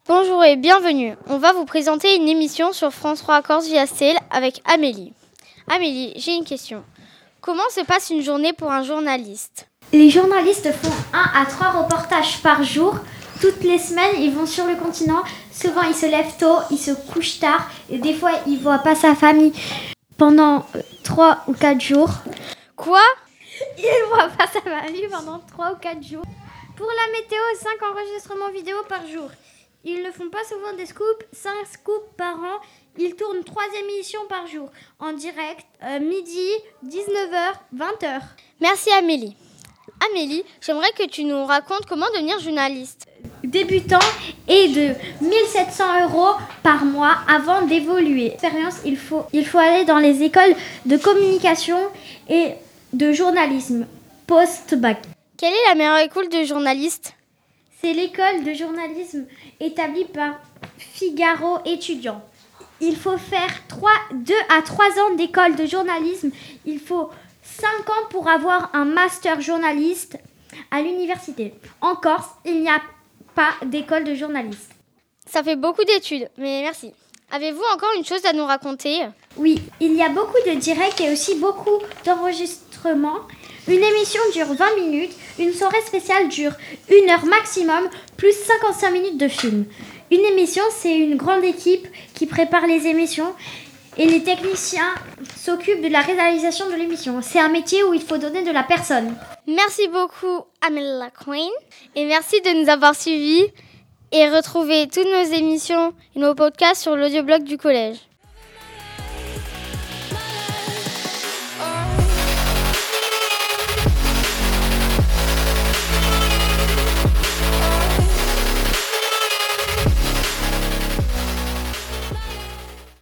Bonjour et bienvenue. On va vous présenter une émission sur France 3 Corse via CL avec Amélie. Amélie, j'ai une question. Comment se passe une journée pour un journaliste ? Les journalistes font 1 à 3 reportages par jour. Toutes les semaines, ils vont sur le continent. Souvent, ils se lèvent tôt, ils se couchent tard. Et des fois, ils ne voient pas sa famille pendant 3 ou 4 jours. Quoi ? Ils ne voient pas sa famille pendant 3 ou 4 jours. Pour la météo, 5 enregistrements vidéo par jour. Ils ne font pas souvent des scoops, 5 scoops par an. Ils tournent 3 émissions par jour, en direct, midi, 19h, 20h. Merci Amélie. Amélie, j'aimerais que tu nous racontes comment devenir journaliste. Débutant et de 1 700 € par mois avant d'évoluer. Expérience, il faut aller dans les écoles de communication et de journalisme post-bac. Quelle est la meilleure école de journaliste ? C'est l'école de journalisme établie par Figaro étudiants. Il faut faire 2 à 3 ans d'école de journalisme. Il faut 5 ans pour avoir un master journaliste à l'université. En Corse, il n'y a pas d'école de journaliste. Ça fait beaucoup d'études, mais merci. Avez-vous encore une chose à nous raconter ? Oui, il y a beaucoup de directs et aussi beaucoup d'enregistrements. Une émission dure 20 minutes, une soirée spéciale dure 1 heure maximum, plus 55 minutes de film. Une émission, c'est une grande équipe qui prépare les émissions et les techniciens s'occupent de la réalisation de l'émission. C'est un métier où il faut donner de la personne. Merci beaucoup Amélie Queen et merci de nous avoir suivis et retrouvez toutes nos émissions et nos podcasts sur l'audioblog du collège.